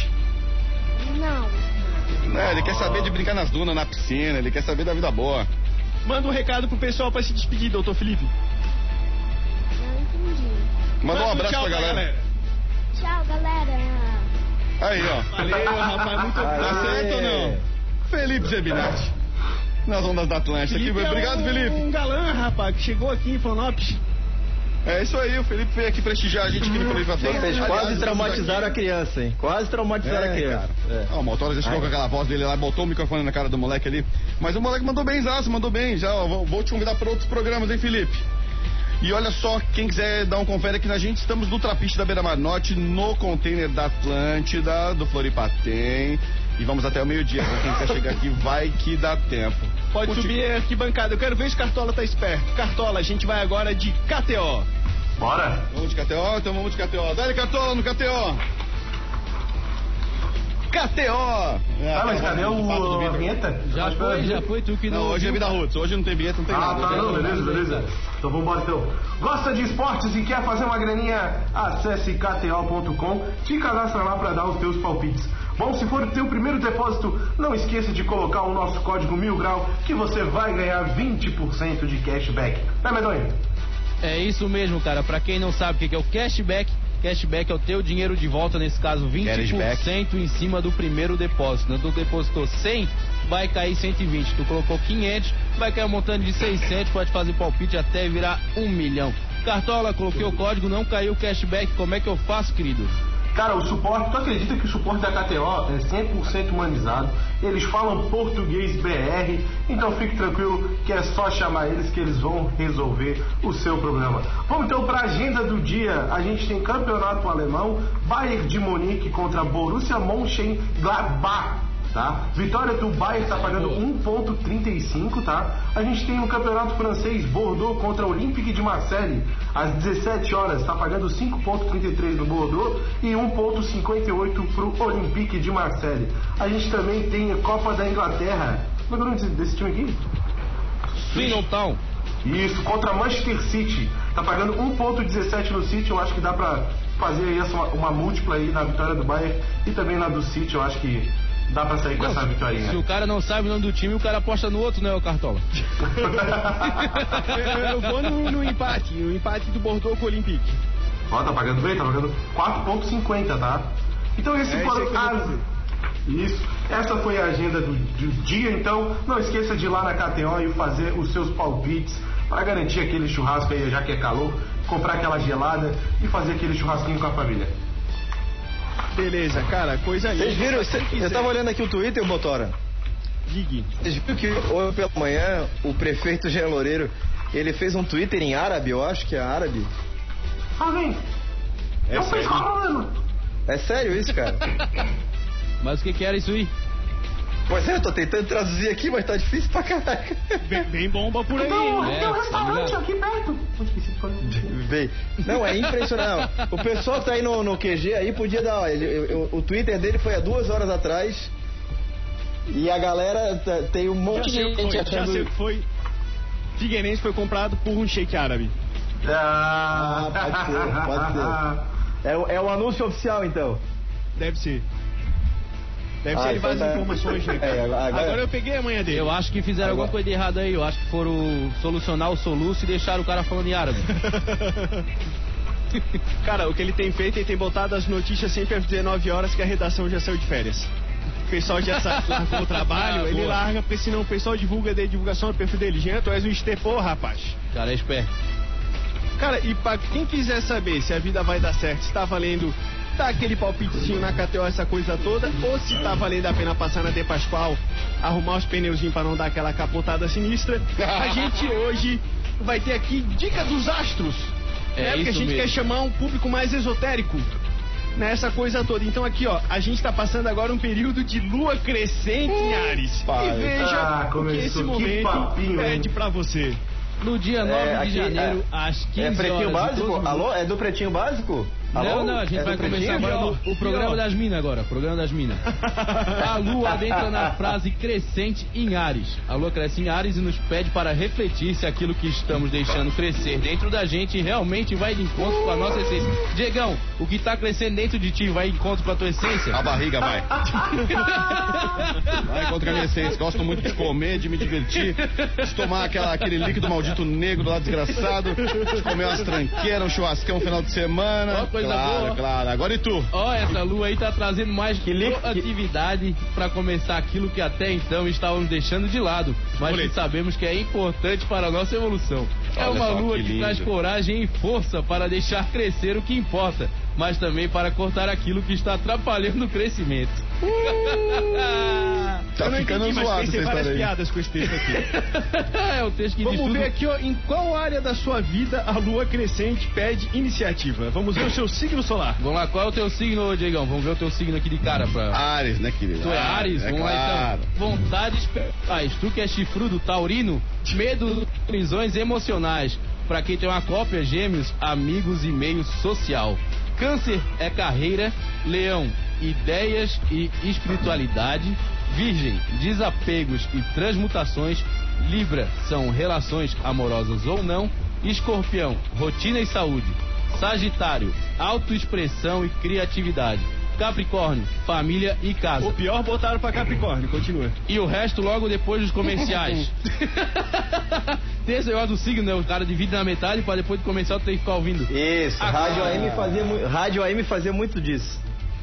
Não. É, ele quer saber de brincar nas dunas, na piscina, ele quer saber da vida boa. Manda um recado pro pessoal pra se despedir, doutor Felipe. Não entendi. Manda um Manda abraço tchau pra galera. Tchau, galera. Aí, ó. Valeu, rapaz, muito Tá obrigado. certo ou não? Felipe Zebinati. Nas ondas da Atlântica. Aqui, Felipe obrigado, é um, Felipe. um galã, rapaz, que chegou aqui em Florianópolis. É isso aí, o Felipe veio aqui prestigiar a gente aqui no Floripa Atlântica. Vocês Aliás, quase estamos traumatizaram a aqui- criança, hein? Quase traumatizaram É, a criança. cara. É. Ah, o Motora já chegou com aquela voz dele lá, botou o microfone na cara do moleque ali. Mas o moleque mandou bem, Zaço, mandou bem. Já ó, vou, vou te convidar para outros programas, hein, Felipe? E olha só, quem quiser dar um confere aqui na gente, estamos no Trapiche da Beira Mar Norte, no container da Atlântida, do Floripa tem. E vamos até o meio-dia. Quem quiser chegar aqui, vai que dá tempo. Pode Curti- subir aqui bancada. Eu quero ver se o Cartola tá esperto. Cartola, a gente vai agora de K T O. Bora? Vamos de K T O? Então vamos de K T O. Dá-lhe Cartola no K T O. K T O. É, Ah, mas tá cadê bom, papo do o, a vidro. vinheta? Já foi, já foi, tu que Não, não. hoje é Vida Roots. Hoje não tem vinheta, não tem Ah, nada. tá, Hoje é- não, beleza, beleza. Então vamos embora então. Gosta de esportes e quer fazer uma graninha? Acesse K T O ponto com, te cadastra lá para dar os teus palpites. Bom, se for o teu primeiro depósito, não esqueça de colocar o nosso código Mil Grau, que você vai ganhar vinte por cento de cashback. Né, Medonho? É isso mesmo, cara. Pra quem não sabe o que é o cashback, cashback é o teu dinheiro de volta, nesse caso vinte por cento em cima do primeiro depósito. Tu depositou cem, vai cair cento e vinte. Tu colocou quinhentos, vai cair um montante de seiscentos, pode fazer palpite até virar um milhão. Cartola, coloquei o código, não caiu o cashback, como é que eu faço, querido? Cara, o suporte, tu acredita que o suporte da K T O é cem por cento humanizado? Eles falam português B R, então fique tranquilo que é só chamar eles que eles vão resolver o seu problema. Vamos então para a agenda do dia. A gente tem campeonato alemão, Bayern de Munique contra Borussia Mönchengladbach. Tá? Vitória do Bayern está pagando um ponto trinta e cinco, tá? A gente tem no campeonato francês Bordeaux contra Olympique de Marseille às dezessete horas, está pagando cinco ponto trinta e três no Bordeaux e um ponto cinquenta e oito pro Olympique de Marseille. A gente também tem a Copa da Inglaterra. Como é o nome desse, desse time aqui? Swindon Town. Isso, contra Manchester City. Tá pagando um ponto dezessete no City, eu acho que dá pra fazer aí essa, uma, uma múltipla aí na vitória do Bayern e também na do City, eu acho que dá pra sair com Não, essa vitória. Se o cara não sabe o nome do time, o cara aposta no outro, né, o Cartola? Eu, eu vou no, no empate, no empate do Bordeaux com o Olympique. Ó, tá pagando bem, tá pagando quatro ponto cinquenta, tá? Então esse É, foram isso aí que eu vou as... Isso, essa foi a agenda do, do dia, então não esqueça de ir lá na K T O e fazer os seus palpites para garantir aquele churrasco aí, já que é calor, comprar aquela gelada e fazer aquele churrasquinho com a família. Beleza, cara, coisa linda. Vocês viram? Cê, eu tava olhando aqui o Twitter, Motora. Digue. Vocês viram que hoje pela manhã o prefeito Jean Loureiro, ele fez um Twitter em árabe, eu acho que é árabe. Ah, vem! É eu fiz sério? problema! É sério isso, cara? Mas o que que era isso aí? Pois é, eu tô tentando traduzir aqui, mas tá difícil pra caraca. Bem, bem bomba por aí. Não, hein? tem um É, restaurante tá aqui perto! Eu esqueci de falar. Bem, não, é impressionante. O pessoal que tá aí no, no Q G aí podia dar. Ó, ele, eu- o Twitter dele foi há duas horas atrás. E a galera tá- tem um monte Já sei o de que gente foi, já sei o achando. que foi. Figueirense foi comprado por um sheik árabe. Ah, pode ser, pode ser. É, é o anúncio oficial, então? Deve ser. Deve ah, ser ele então vaza tá... informações, né? É, agora... agora eu peguei a manhã dele. Eu acho que fizeram agora... alguma coisa de errado aí. Eu acho que foram solucionar o soluço e deixaram o cara falando em árabe. Cara, o que ele tem feito, ele tem botado as notícias sempre às dezenove horas que a redação já saiu de férias. O pessoal já largou o trabalho, ah, ele boa. larga, porque senão o pessoal divulga de divulgação do perfil dele. Jean, tu és um estepô, rapaz. Cara, é esperto. Cara, e pra quem quiser saber se a vida vai dar certo, se tá valendo dar aquele palpitezinho na K T O, essa coisa toda, ou se tá valendo a pena passar na De Pascoal, arrumar os pneuzinhos pra não dar aquela capotada sinistra, a gente hoje vai ter aqui dica dos astros. É, é porque a gente mesmo. quer chamar um público mais esotérico nessa coisa toda. Então aqui, ó, a gente tá passando agora um período de lua crescente em Áries. Pai. E veja ah, o que esse momento papinho, pede pra você. No dia nove é, aqui, de janeiro, é, às quinze horas. É Pretinho Básico? Alô? É do Pretinho Básico? Alô? Não, não, a gente é vai começar agora no, o programa das minas agora, programa das minas. A lua adentra na frase crescente em Áries. A lua cresce em Áries e nos pede para refletir se aquilo que estamos deixando crescer dentro da gente realmente vai de encontro com a nossa essência. Diegão, o que está crescendo dentro de ti vai de encontro com a tua essência? A barriga vai. Vai contra a minha essência. Gosto muito de comer, de me divertir, de tomar aquela, aquele líquido maldito negro lá desgraçado, de comer umas tranqueiras, um churrascão no final de semana. Ó, coisa claro, boa. Claro, agora e tu? Ó, essa lua aí tá trazendo mais atividade para começar aquilo que até então estávamos deixando de lado, mas que sabemos que é importante para a nossa evolução. Olha é uma lua que, que traz coragem e força para deixar crescer o que importa, mas também para cortar aquilo que está atrapalhando o crescimento. Uh! Tá ficando zoado essa história aí. Piadas com esse texto aqui. É o texto que Vamos diz ver tudo. aqui, ó, em qual área da sua vida a lua crescente pede iniciativa. Vamos ver o seu signo solar. Vamos lá, qual é o teu signo, Diegão? Vamos ver o teu signo aqui de cara pra... Áries, né, querido? Tu é Áries? É Vamos claro. lá então. Vontades pessoais. Tu que é chifrudo, taurino, medo, prisões emocionais. Pra quem tem uma cópia, gêmeos, amigos e meio social. Câncer é carreira, leão, ideias e espiritualidade. Virgem, desapegos e transmutações. Libra, são relações amorosas ou não. Escorpião, rotina e saúde. Sagitário, autoexpressão e criatividade. Capricórnio, família e casa. O pior botaram pra Capricórnio, continua. E o resto logo depois dos comerciais. Tem esse negócio do signo, né? O cara divide na metade pra depois do comercial tu tem que ficar ouvindo. Isso, a Rádio A M fazia, Rádio A M fazia muito disso.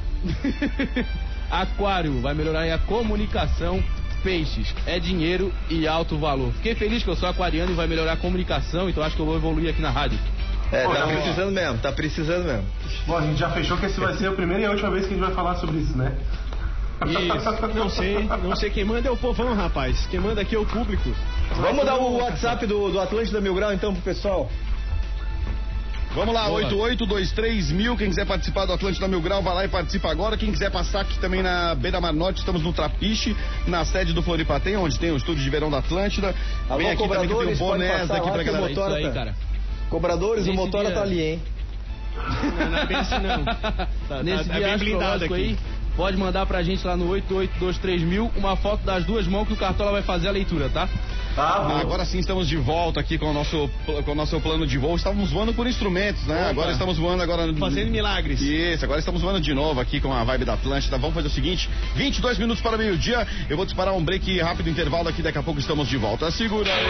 Aquário, vai melhorar aí a comunicação. Peixes, é dinheiro e alto valor. Fiquei feliz que eu sou aquariano e vai melhorar a comunicação, então acho que eu vou evoluir aqui na rádio. É, tá precisando mesmo, tá precisando mesmo. Bom, a gente já fechou que esse vai ser a primeira e a última vez que a gente vai falar sobre isso, né? Isso, não sei, não sei quem manda é o povão, rapaz. Quem manda aqui é o público. Vamos dar o WhatsApp do, do Atlântida Mil Grau então pro pessoal. Vamos lá, oito oito dois três mil, quem quiser participar do Atlântida Mil Grau, vai lá e participa agora. Quem quiser passar aqui também na Beira Mar Norte, estamos no Trapiche, na sede do Floripatem, onde tem o estúdio de verão da Atlântida. Alô, vem aqui também que tem um bonés aqui pra galera. Motora, isso aí, cara. Cobradores, Nesse o Motora dia... tá ali, hein? Não, não é bem assim, não. Tá, Nesse tá, dia é blindado aqui. Aí, pode mandar pra gente lá no oito oito dois três mil uma foto das duas mãos que o Cartola vai fazer a leitura, tá? Ah, agora sim estamos de volta aqui com o nosso, com o nosso plano de voo. Estávamos voando por instrumentos, né? Opa. Agora estamos voando agora... Fazendo milagres. Isso, agora estamos voando de novo aqui com a vibe da Atlântida. Vamos fazer o seguinte, vinte e dois minutos para meio-dia. Eu vou disparar um break rápido, intervalo aqui, daqui a pouco estamos de volta. Segura aí.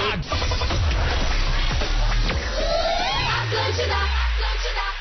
Atlântida, Atlântida.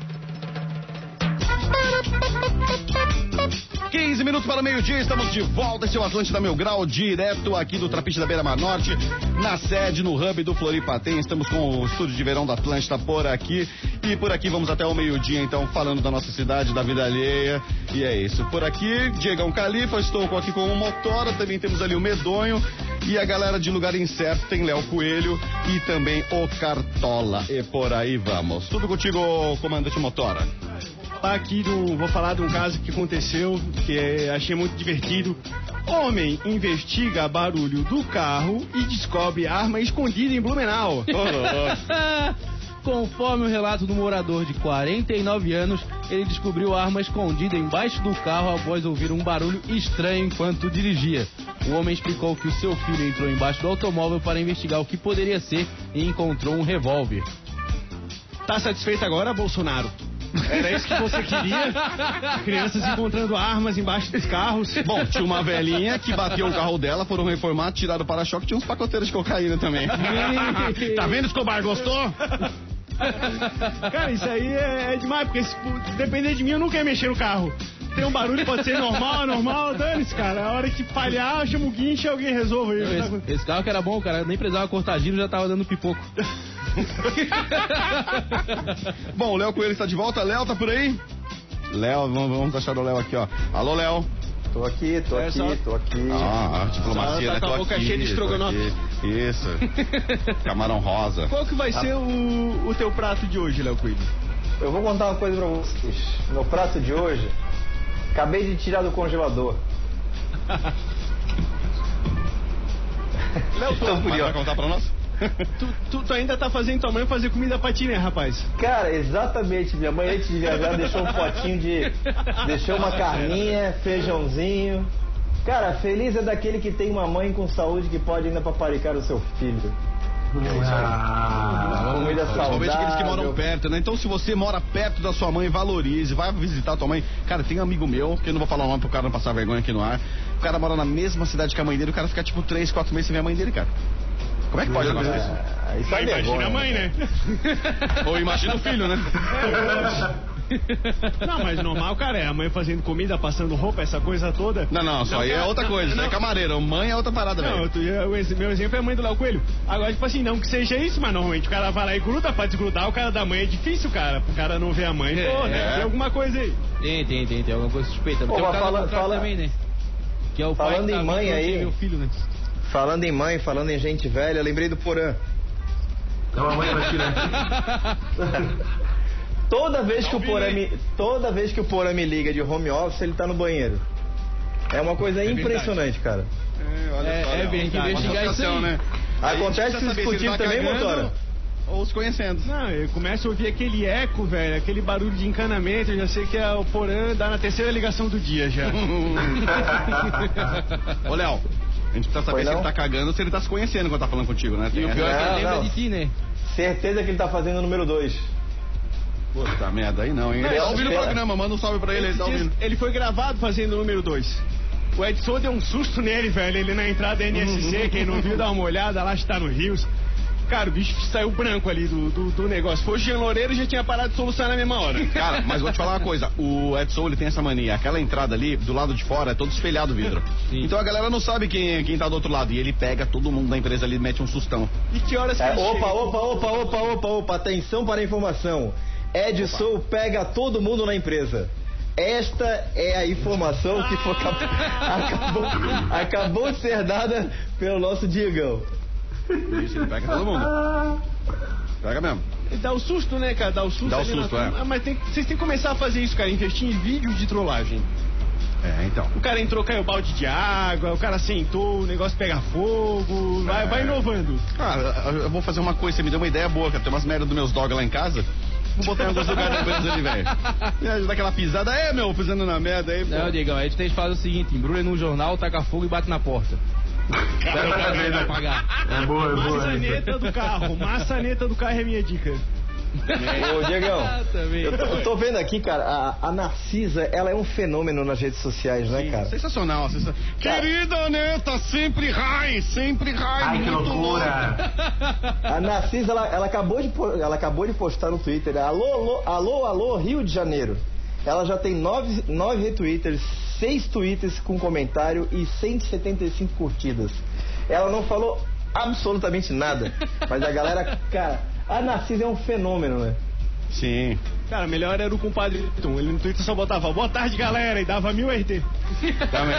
quinze minutos para o meio-dia, estamos de volta. Esse é o Atlântida Mil Grau, direto aqui do Trapiche da Beira Mar Norte, na sede, no hub do Floripatem. Estamos com o estúdio de verão da Atlântida por aqui. E por aqui vamos até o meio-dia, então, falando da nossa cidade, da vida alheia. E é isso. Por aqui, Diegão Califa, estou aqui com o Motora, também temos ali o Medonho. E a galera de Lugar Incerto tem Léo Coelho e também o Cartola. E por aí vamos. Tudo contigo, comandante Motora. Aqui do, vou falar de um caso que aconteceu, que é, achei muito divertido. Homem investiga barulho do carro e descobre arma escondida em Blumenau. Conforme o relato do morador de quarenta e nove anos, ele descobriu a arma escondida embaixo do carro após ouvir um barulho estranho enquanto dirigia. O homem explicou que o seu filho entrou embaixo do automóvel para investigar o que poderia ser e encontrou um revólver. Tá satisfeito agora, Bolsonaro? Era isso que você queria? Crianças encontrando armas embaixo dos carros. Bom, tinha uma velhinha que bateu o carro dela, foram reformados, tiraram o para-choque, tinha uns pacoteiros de cocaína também. Tá vendo, Escobar? Gostou? Cara, isso aí é, é demais, porque se depender de mim, eu não quero mexer no carro. Tem um barulho, pode ser normal, anormal, dane-se, cara. A hora que falhar, chama o guincho e alguém resolve isso. Esse, esse carro que era bom, cara, nem precisava cortar giro, já tava dando pipoco. Bom, o Léo Coelho está de volta. Léo, tá por aí? Léo, vamos, vamos achar o Léo aqui, ó. Alô, Léo. Tô aqui, tô é aqui, só... tô aqui. Ah, a diplomacia, tá né? com Tô a boca aqui, cheia de estrogonofe. Isso. Camarão rosa. Qual que vai ah. ser o, o teu prato de hoje, Léo Coelho? Eu vou contar uma coisa pra vocês. Meu prato de hoje, acabei de tirar do congelador. Léo, tu vai contar pra nós? Tu, tu, tu ainda tá fazendo tua mãe fazer comida pra ti, né, rapaz? Cara, exatamente. Minha mãe, antes de viajar, deixou um potinho de... Deixou uma carninha, feijãozinho. Cara, feliz é daquele que tem uma mãe com saúde que pode ainda paparicar o seu filho. Ah, comida saudável. Principalmente aqueles que moram perto, né? Então, se você mora perto da sua mãe, valorize, vai visitar a tua mãe. Cara, tem um amigo meu, que eu não vou falar o nome pro cara não passar vergonha aqui no ar. O cara mora na mesma cidade que a mãe dele, o cara fica tipo três, quatro meses sem ver a mãe dele, cara. Como é que pode negócio disso? Ah, isso é imagina a mãe, né? Ou imagina o filho, né? Não, mas normal, cara, é a mãe fazendo comida, passando roupa, essa coisa toda. Não, não, isso aí é outra coisa, isso aí é camareira. Mãe é outra parada, velho. Não, o meu exemplo é a mãe do Léo Coelho. Agora, tipo assim, não que seja isso, mas normalmente o cara vai lá e gruda pra desgrudar, o cara da mãe é difícil, cara. O cara não vê a mãe, pô, né? Tem alguma coisa aí. Tem, tem, tem, tem alguma coisa suspeita. Porque Pô, o cara fala, fala... também, né? Que é o falando pai em mãe aí, meu filho, né? Falando em mãe, falando em gente velha, eu lembrei do Porã. É uma mãe aqui, né? Toda vez que o Porã me, toda vez que o Porã me liga de home office, ele tá no banheiro. É uma coisa é impressionante, cara. É, olha é, só, é bem que investigar isso aí, né? Acontece isso contigo tá também, Motora? Ou se conhecendo. Não, eu começo a ouvir aquele eco, velho, aquele barulho de encanamento, eu já sei que é o Porã dá na terceira ligação do dia já. Ô, Léo, a gente precisa saber se ele tá cagando ou se ele tá se conhecendo quando tá falando contigo, né? E o pior é que ele lembra de ti, né? Certeza que ele tá fazendo o número dois. Puta merda, aí não, hein? Ele tá ouvindo o programa, manda um salve pra ele, ele tá ouvindo. Ele foi gravado fazendo o número dois. O Edson deu um susto nele, velho, ele na entrada da N S C, quem não viu, dá uma olhada, lá está no Rios. Cara, o bicho saiu branco ali do, do, do negócio. Foi o Jean Loureiro e já tinha parado de solucionar na mesma hora. Cara, mas vou te falar uma coisa. O Edson, ele tem essa mania. Aquela entrada ali, do lado de fora, é todo espelhado o vidro. Sim. Então a galera não sabe quem, quem tá do outro lado. E ele pega todo mundo da empresa ali e mete um sustão. E que horas que é, ele opa, chega? opa, opa, opa, opa, opa. Atenção para a informação. Edson opa. Pega todo mundo na empresa. Esta é a informação que foi, acabou, acabou de ser dada pelo nosso Diegão. Isso, ele pega todo mundo. Pega mesmo. Dá o susto, né, cara? Dá o susto. Dá o susto, é. Ah, mas tem, vocês têm que começar a fazer isso, cara. Investir em vídeos de trollagem. É, então. O cara entrou, caiu balde de água, o cara sentou, o negócio pega fogo. Vai, é. vai inovando. Cara, eu vou fazer uma coisa, você me deu uma ideia boa, cara. Tem umas merdas dos meus dogs lá em casa. Vou botar em alguns lugares da empresa ali, velho. E aí, dá aquela pisada, é, meu, pisando na merda aí, pô. Não, Diegão, a gente tem que fazer o seguinte: embrulha num jornal, taca fogo e bate na porta. Espera o cara ver não pagar. É boa, é boa. Maçaneta do carro, maçaneta do carro é minha dica. Ô, Diegão, eu tô, eu tô vendo aqui, cara, a, a Narcisa, ela é um fenômeno nas redes sociais, né, Sim, cara? Sensacional, sensacional. Cara, querida Neta, sempre high, sempre high. Ai, que loucura. A Narcisa, ela, ela, acabou de, ela acabou de postar no Twitter, alô, alô, alô, alô, Rio de Janeiro. Ela já tem nove, nove retweeters, seis tweets com comentário e cento e setenta e cinco curtidas. Ela não falou absolutamente nada, mas a galera, cara, a Narcisa é um fenômeno, né? Sim. Cara, melhor era o compadre Tum. Ele no Twitter só botava boa tarde, galera, e dava mil R T. Também.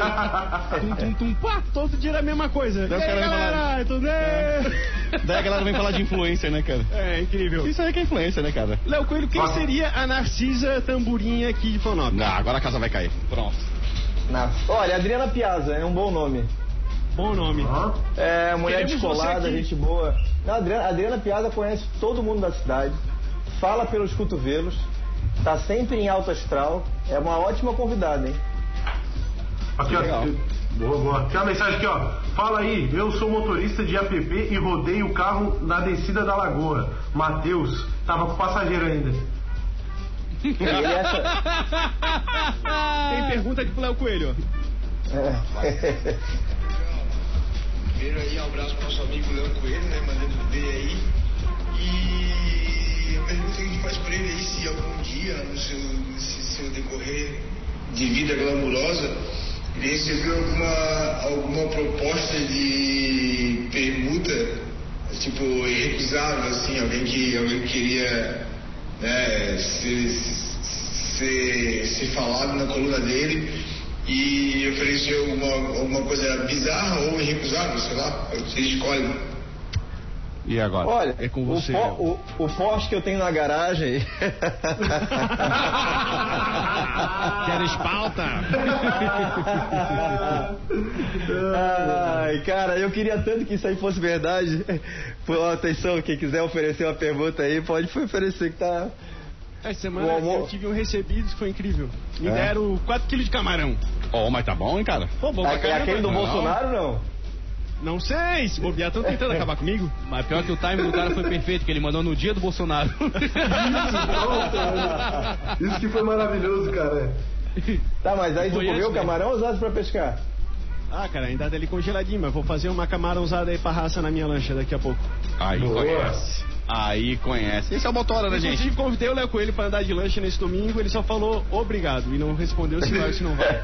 tum, tum, tum, pá, todo dia era a mesma coisa. Daí, e aí, galera, falar... tudo bem? É. Daí a galera vem falar de influência, né, cara? É, incrível. Isso aí que é influência, né, cara? Léo Coelho, quem Nossa. seria a Narcisa Tamburinha aqui de Florianópolis? Ah, agora a casa vai cair. Pronto. Na... Olha, Adriana Piazza, é um bom nome. Bom nome. Uhum. É, mulher descolada, gente boa. Não, a Adriana, a Adriana Piazza conhece todo mundo da cidade, fala pelos cotovelos, tá sempre em alto astral, é uma ótima convidada, hein? Aqui, ó, Boa, boa. Tem uma mensagem aqui, ó. Fala aí, eu sou motorista de app e rodei o carro na descida da lagoa. Matheus, tava com passageiro ainda. Tem pergunta aqui pro Léo Coelho, ó. É. Primeiro aí, um abraço pro nosso amigo Léo Coelho, né? Mandando ver aí. E a pergunta que a gente faz pra ele aí, se algum dia, no seu, nesse seu decorrer de vida glamurosa, ele recebeu alguma, alguma proposta de permuta, tipo, irrecusável, assim, alguém que alguém queria, né, ser, ser, ser falado na coluna dele e ofereceu alguma, alguma coisa bizarra ou irrecusável, sei lá, você escolhe. E agora? Olha, é com você. O, po, o, o Porsche que eu tenho na garagem. Quero espalta? Ai, cara, eu queria tanto que isso aí fosse verdade. Pô, atenção, quem quiser oferecer uma pergunta aí, pode oferecer que tá. Essa semana eu tive um recebido que foi incrível. Me é. deram quatro quilos de camarão. Oh, mas tá bom, hein, cara? Pô, bom, é, é aquele do não. Bolsonaro, não? Não sei, se bobear, estão tentando acabar comigo. Mas pior que o time do cara foi perfeito, que ele mandou no dia do Bolsonaro. Isso, Isso que foi maravilhoso, cara. Tá, mas aí foi tu comeu o camarão ou usaste pra pescar? Ah, cara, ainda tá ali congeladinho, mas vou fazer uma camarãozada aí pra raça na minha lancha daqui a pouco. Aí Boa. conhece. Aí conhece. Esse é o Motora, né, gente? Inclusive, convidei o Léo Coelho pra andar de lancha nesse domingo, ele só falou obrigado e não respondeu se vai ou se não vai.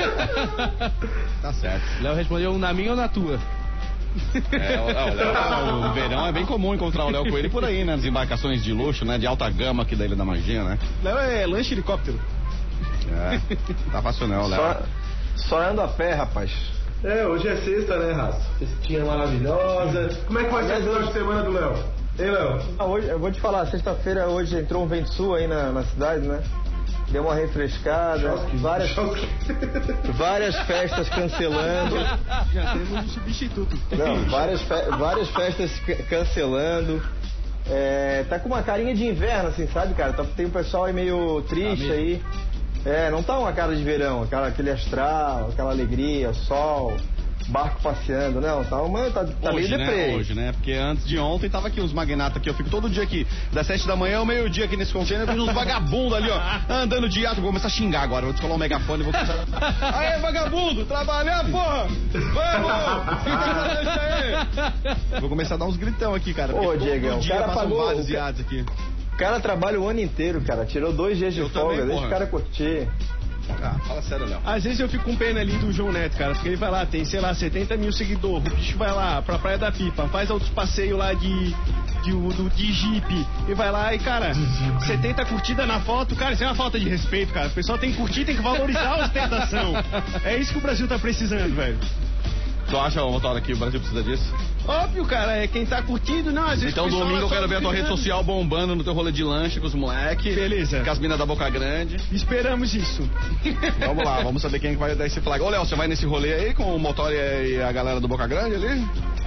Tá certo. Léo respondeu na minha ou na tua? É, o, o, Léo, o verão é bem comum encontrar o Léo Coelho por aí, né? Nas embarcações de luxo, né? De alta gama aqui da Ilha da Magia, né? Léo é lanche helicóptero. É, tá fácil não, Léo. Só, só ando a pé, rapaz. É, hoje é sexta, né, Raça? Cestinha maravilhosa. Como é que vai ser a final de semana do Léo? Ei, Léo? Ah, hoje, eu vou te falar, sexta-feira hoje entrou um vento sul aí na, na cidade, né? Deu uma refrescada, choque, várias, choque. várias festas cancelando. Já temos um substituto. Não, várias, fe, várias festas cancelando. É, tá com uma carinha de inverno, assim, sabe, cara? Tá, tem um pessoal aí meio triste ah, aí. É, não tá uma cara de verão, aquela, aquele astral, aquela alegria, sol, barco passeando, não, tá, uma, tá, tá hoje, meio deprê. Né? Hoje, né? Porque antes de ontem tava aqui os magnatas aqui, eu fico todo dia aqui, das sete da manhã ao meio-dia aqui nesse container, eu vejo uns vagabundos ali, ó, andando de ato, vou começar a xingar agora, vou descolar um megafone e vou começar... Aê, vagabundo, trabalhar, porra! Vamos! Fica isso aí! Vou começar a dar uns gritão aqui, cara. Ô, Diego, o cara pagou... vários iados aqui. O cara trabalha o ano inteiro, cara, tirou dois dias de eu folga, também, deixa o cara curtir. Ah, fala sério, Léo. Às vezes eu fico com pena ali do João Neto, cara, porque ele vai lá, tem, sei lá, setenta mil seguidores, o bicho vai lá pra Praia da Pipa, faz outros passeios lá de, de, do, de Jeep, e vai lá e, cara, setenta curtidas na foto, cara, isso é uma falta de respeito, cara. O pessoal tem que curtir, tem que valorizar a ostentação. É isso que o Brasil tá precisando, velho. Tu acha, Motora, que o Brasil precisa disso? Óbvio, cara, é quem tá curtindo, não, às vezes... Então domingo eu quero ver a tua rede social bombando no teu rolê de lanche com os moleques. Beleza. Com as minas da Boca Grande. Esperamos isso. Vamos lá, vamos saber quem vai dar esse flag. Ô, Léo, você vai nesse rolê aí com o Motora e a galera do Boca Grande ali?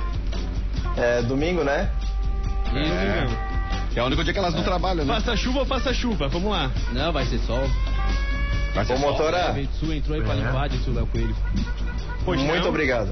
É, domingo, né? É, é o único dia que elas não trabalham, né? Faça chuva ou faça chuva, vamos lá. Não, vai ser sol. Vai ser o sol. Motora... É, vento sul entrou aí pra limpar, disse o Léo Coelho. Pois Muito não. obrigado.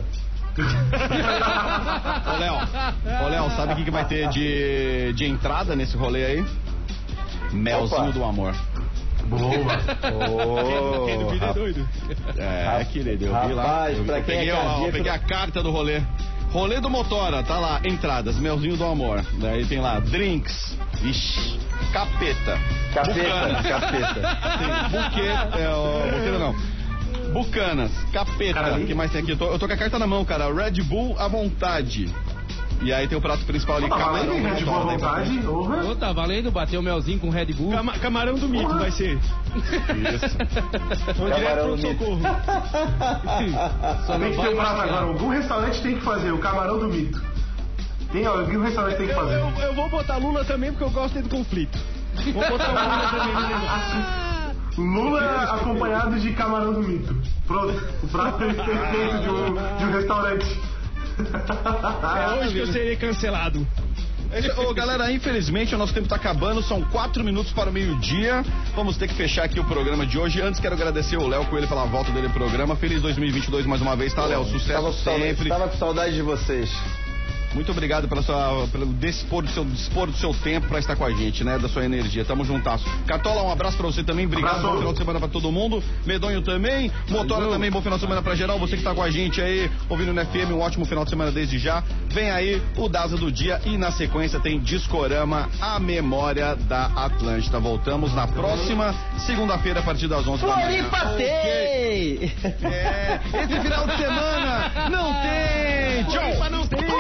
Ô, Léo, ô, Léo, sabe o que, que vai ter de, de entrada nesse rolê aí? Melzinho Opa. do amor. Boa! Oh, quem duvida é doido. É, querido, eu vi lá. Eu, pra eu quem peguei, é ó, eu peguei a carta do rolê. Rolê do Motora, tá lá, entradas, Melzinho do amor. Daí tem lá, drinks, ixi, capeta. Capeta, capeta. Tem buquê, é, ó, buquê não. Bucanas, capeta, o que mais tem aqui? Eu tô, eu tô com a carta na mão, cara. Red Bull à vontade. E aí tem o prato principal ali, tá camarão. Valendo, Red Bull à vontade? Ô, tá valendo, bateu o melzinho com Red Bull. Cama, camarão do mito vai ser. Isso. Vamos direto pro socorro. Só tem que ter um prato agora. Algum restaurante tem que fazer o camarão do mito. Tem algum restaurante tem que fazer. Eu, eu, eu vou botar Lula também porque eu gosto do conflito. Vou botar o Lula também no negócio. Lula acompanhado de camarão do mito. Pronto, o prato perfeito de um, de um restaurante. É hoje que eu serei cancelado. Ô, galera, infelizmente o nosso tempo tá acabando, são quatro minutos para o meio-dia. Vamos ter que fechar aqui o programa de hoje. Antes, quero agradecer o Léo Coelho pela volta dele no programa. Feliz dois mil e vinte e dois mais uma vez, tá, Léo? Sucesso tava sempre. Estava com saudade de vocês. Muito obrigado pela sua, pelo dispor do seu, dispor do seu tempo pra estar com a gente, né? Da sua energia. Tamo juntasso. Cartola, um abraço pra você também. Obrigado. Bom final de semana pra todo mundo. Medonho também. Motora Valeu. Também. Bom final de semana pra geral. Você que tá com a gente aí, ouvindo no F M, um ótimo final de semana desde já. Vem aí o Daza do Dia e na sequência tem Discorama, a memória da Atlântida. Voltamos na próxima segunda-feira a partir das onze da manhã. Okay. É, esse final de semana não tem. Tchau. Não tem.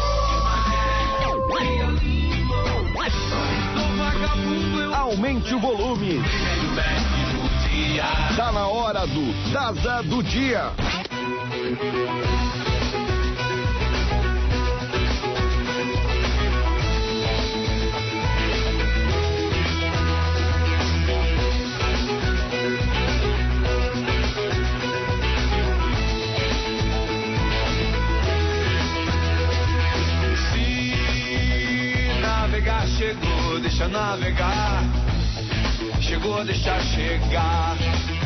Aumente o volume. Tá na hora do Daza do Dia. Chegou, deixa navegar. Chegou, deixa chegar.